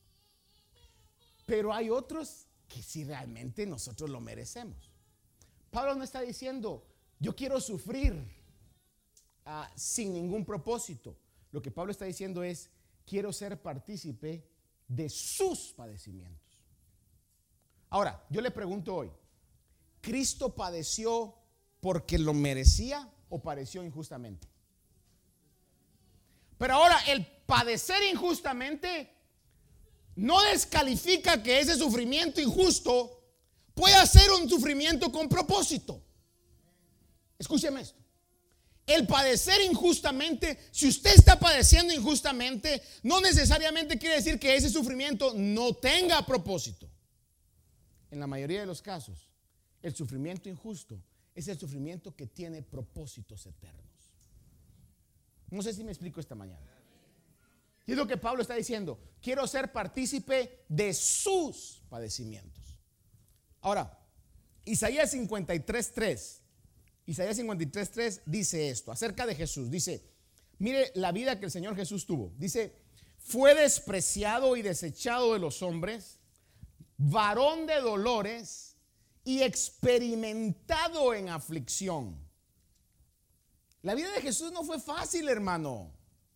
pero hay otros que sí realmente nosotros lo merecemos. Pablo no está diciendo, yo quiero sufrir uh, sin ningún propósito. Lo que Pablo está diciendo es, quiero ser partícipe de sus padecimientos. Ahora, yo le pregunto hoy, ¿Cristo padeció porque lo merecía o padeció injustamente? Pero ahora, el padecer injustamente no descalifica que ese sufrimiento injusto pueda ser un sufrimiento con propósito. Escúcheme esto. El padecer injustamente, si usted está padeciendo injustamente, no necesariamente quiere decir que ese sufrimiento no tenga propósito. En la mayoría de los casos, el sufrimiento injusto es el sufrimiento que tiene propósitos eternos. No sé si me explico esta mañana. Y es lo que Pablo está diciendo. Quiero ser partícipe de sus padecimientos. Ahora, Isaías cincuenta y tres, tres. Isaías cincuenta y tres, tres dice esto acerca de Jesús. Dice, mire la vida que el Señor Jesús tuvo. Dice, fue despreciado y desechado de los hombres, varón de dolores y experimentado en aflicción. La vida de Jesús no fue fácil, hermano.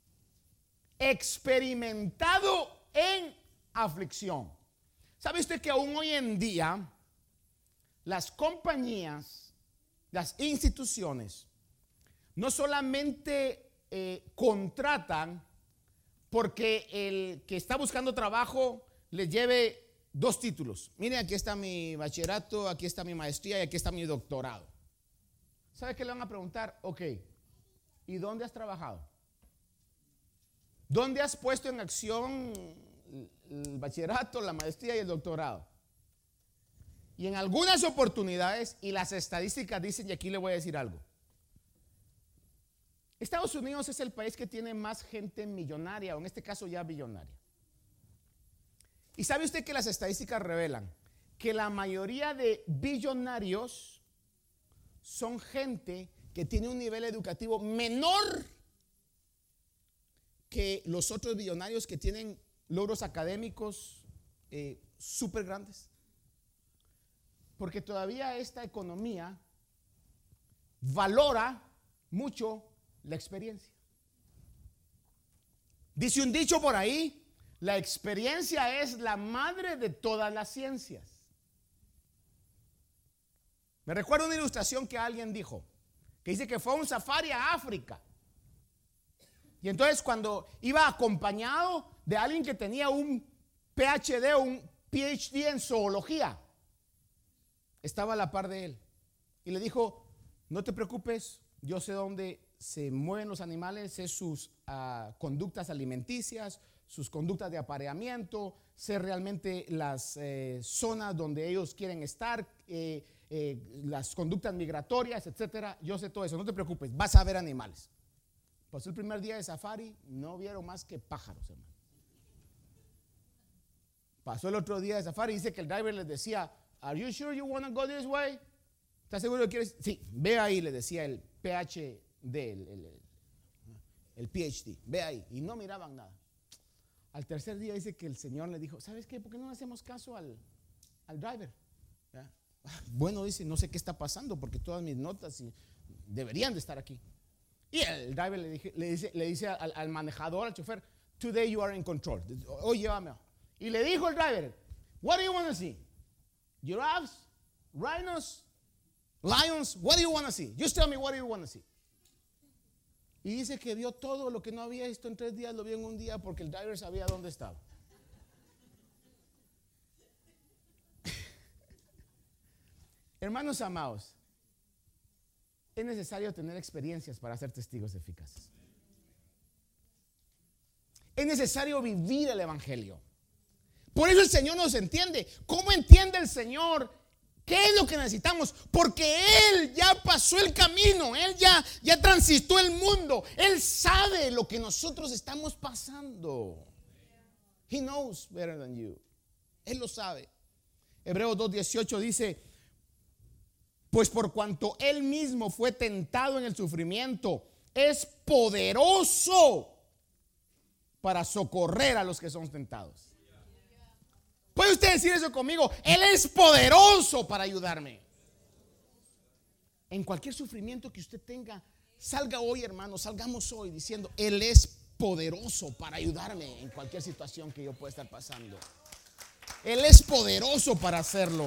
Experimentado en aflicción. ¿Sabe usted que aún hoy en día las compañías, las instituciones, no solamente eh, contratan porque el que está buscando trabajo le lleve dos títulos? Miren, aquí está mi bachillerato, aquí está mi maestría y aquí está mi doctorado. ¿Sabe qué le van a preguntar? Ok, ¿y dónde has trabajado? ¿Dónde has puesto en acción el bachillerato, la maestría y el doctorado? Y en algunas oportunidades, y las estadísticas dicen, y aquí le voy a decir algo, Estados Unidos es el país que tiene más gente millonaria, o en este caso ya billonaria. Y sabe usted que las estadísticas revelan que la mayoría de billonarios son gente que tiene un nivel educativo menor que los otros billonarios que tienen logros académicos eh, súper grandes. Porque todavía esta economía valora mucho la experiencia. Dice un dicho por ahí, la experiencia es la madre de todas las ciencias. Me recuerdo una ilustración que alguien dijo, que dice que fue a un safari a África. Y entonces cuando iba acompañado de alguien que tenía un P H D o un P H D en zoología, estaba a la par de él. Y le dijo, no te preocupes, yo sé dónde se mueven los animales, sé sus uh, conductas alimenticias, sus conductas de apareamiento, sé realmente las eh, zonas donde ellos quieren estar, eh, eh, las conductas migratorias, etcétera. Yo sé todo eso, no te preocupes, vas a ver animales. Pasó el primer día de safari, no vieron más que pájaros, hermano. Pasó el otro día de safari, dice que el driver les decía, "Are you sure you want to go this way? ¿Estás seguro que quieres?" Sí, ve ahí, le decía el P H D, el, el, el P H D, ve ahí. Y no miraban nada. Al tercer día dice que el Señor le dijo, ¿sabes qué? ¿Por qué no le hacemos caso al, al driver? ¿Ya? Bueno, dice, no sé qué está pasando porque todas mis notas deberían de estar aquí. Y el driver le, dije, le dice, le dice al, al manejador, al chofer, "Today you are in control." Hoy llévame. Y le dijo el driver, "What do you want to see? Giraffes? Rhinos? Lions? What do you want to see? Just tell me what do you want to see." Y dice que vio todo lo que no había visto en tres días, lo vio en un día porque el driver sabía dónde estaba. Hermanos amados, es necesario tener experiencias para ser testigos eficaces. Es necesario vivir el evangelio. Por eso el Señor nos entiende. ¿Cómo entiende el Señor qué es lo que necesitamos? Porque Él ya pasó el camino, Él ya, ya transitó el mundo. Él sabe lo que nosotros estamos pasando. He knows better than you. Él lo sabe. Hebreos dos dieciocho dice, pues por cuanto Él mismo fue tentado en el sufrimiento, es poderoso para socorrer a los que son tentados. ¿Puede usted decir eso conmigo? Él es poderoso para ayudarme. En cualquier sufrimiento que usted tenga, salga hoy, hermano, salgamos hoy diciendo, Él es poderoso para ayudarme en cualquier situación que yo pueda estar pasando. Él es poderoso para hacerlo.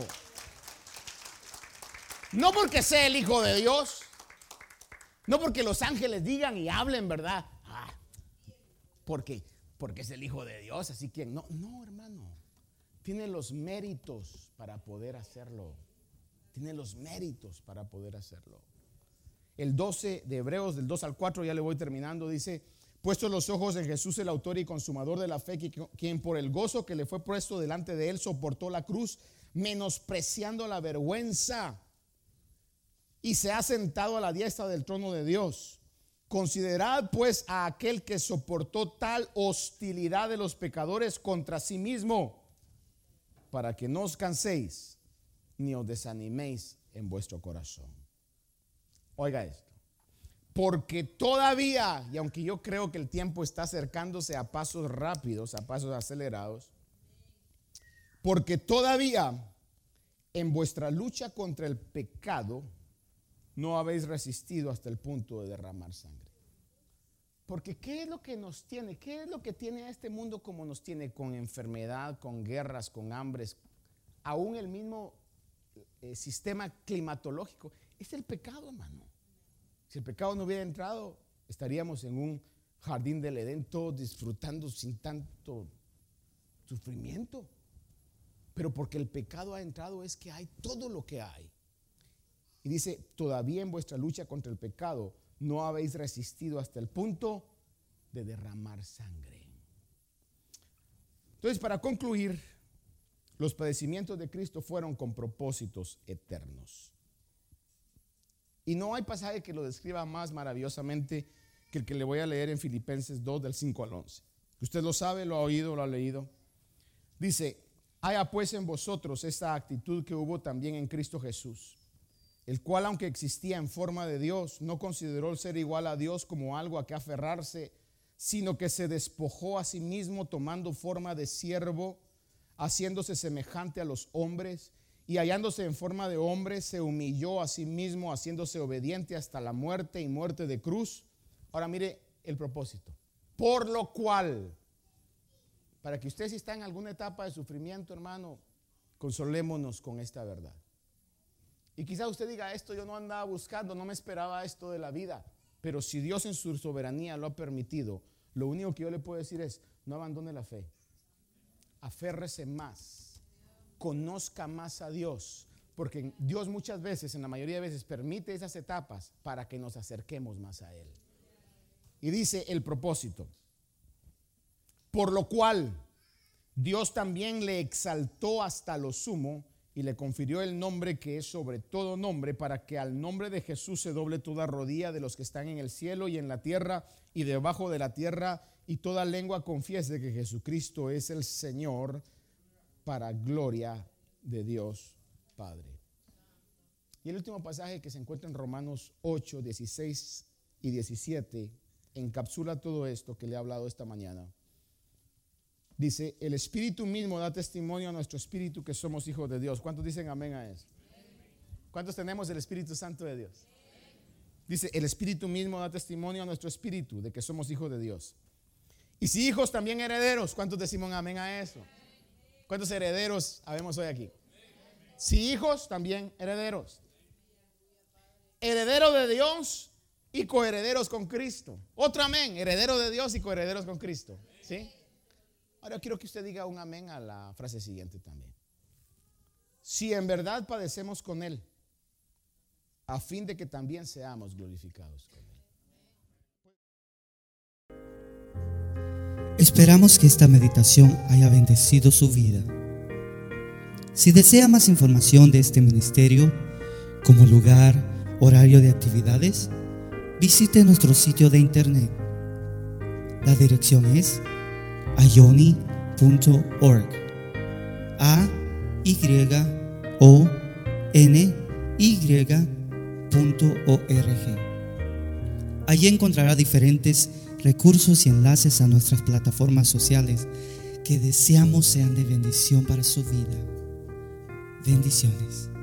No porque sea el Hijo de Dios, no porque los ángeles digan y hablen, ¿verdad? Ah, porque, porque es el Hijo de Dios, así que no, no, hermano. Tiene los méritos para poder hacerlo. Tiene los méritos para poder hacerlo. El doce de Hebreos, del dos al cuatro, ya le voy terminando, dice, puestos los ojos en Jesús, el autor y consumador de la fe, quien por el gozo que le fue puesto delante de él soportó la cruz, menospreciando la vergüenza, y se ha sentado a la diestra del trono de Dios. Considerad pues a aquel que soportó tal hostilidad de los pecadores contra sí mismo, para que no os canséis ni os desaniméis en vuestro corazón. Oiga esto, porque todavía, y aunque yo creo que el tiempo está acercándose a pasos rápidos, a pasos acelerados, porque todavía en vuestra lucha contra el pecado no habéis resistido hasta el punto de derramar sangre. Porque ¿qué es lo que nos tiene? ¿Qué es lo que tiene a este mundo como nos tiene? Con enfermedad, con guerras, con hambres, aún el mismo eh, sistema climatológico. Es el pecado, hermano. Si el pecado no hubiera entrado, estaríamos en un jardín del Edén, todos disfrutando sin tanto sufrimiento. Pero porque el pecado ha entrado es que hay todo lo que hay. Y dice, todavía en vuestra lucha contra el pecado no habéis resistido hasta el punto de derramar sangre. Entonces, para concluir, los padecimientos de Cristo fueron con propósitos eternos. Y no hay pasaje que lo describa más maravillosamente que el que le voy a leer en Filipenses dos, del cinco al once. Usted lo sabe, lo ha oído, lo ha leído. Dice, haya pues en vosotros esta actitud que hubo también en Cristo Jesús, el cual, aunque existía en forma de Dios, no consideró el ser igual a Dios como algo a que aferrarse, sino que se despojó a sí mismo, tomando forma de siervo, haciéndose semejante a los hombres, y hallándose en forma de hombre, se humilló a sí mismo, haciéndose obediente hasta la muerte y muerte de cruz. Ahora mire el propósito. Por lo cual, para que usted, si está en alguna etapa de sufrimiento, hermano, consolémonos con esta verdad. Y quizá usted diga, esto yo no andaba buscando, no me esperaba esto de la vida. Pero si Dios en su soberanía lo ha permitido, lo único que yo le puedo decir es, no abandone la fe. Aférrese más, conozca más a Dios, Porque Dios muchas veces, en la mayoría de veces, permite esas etapas para que nos acerquemos más a Él. Y dice el propósito: por lo cual Dios también le exaltó hasta lo sumo y le confirió el nombre que es sobre todo nombre, para que al nombre de Jesús se doble toda rodilla de los que están en el cielo y en la tierra y debajo de la tierra, y toda lengua confiese que Jesucristo es el Señor, para gloria de Dios Padre. Y el último pasaje, que se encuentra en Romanos ocho, dieciséis y diecisiete, encapsula todo esto que le he hablado esta mañana. Dice: el Espíritu mismo da testimonio a nuestro espíritu que somos hijos de Dios. ¿Cuántos dicen amén a eso? ¿Cuántos tenemos el Espíritu Santo de Dios? Dice: el Espíritu mismo da testimonio a nuestro espíritu de que somos hijos de Dios. Y si hijos, también herederos. ¿Cuántos decimos amén a eso? ¿Cuántos herederos habemos hoy aquí? Si hijos, también herederos. Heredero de Dios y coherederos con Cristo. Otro amén: heredero de Dios y coherederos con Cristo. ¿Sí? Ahora quiero que usted diga un amén a la frase siguiente también. Si en verdad padecemos con Él, a fin de que también seamos glorificados con Él. Esperamos que esta meditación haya bendecido su vida. Si desea más información de este ministerio, como lugar, horario de actividades, visite nuestro sitio de internet. La dirección es ayoni punto org. A Y O N Y punto org. Allí encontrará diferentes recursos y enlaces a nuestras plataformas sociales que deseamos sean de bendición para su vida. Bendiciones.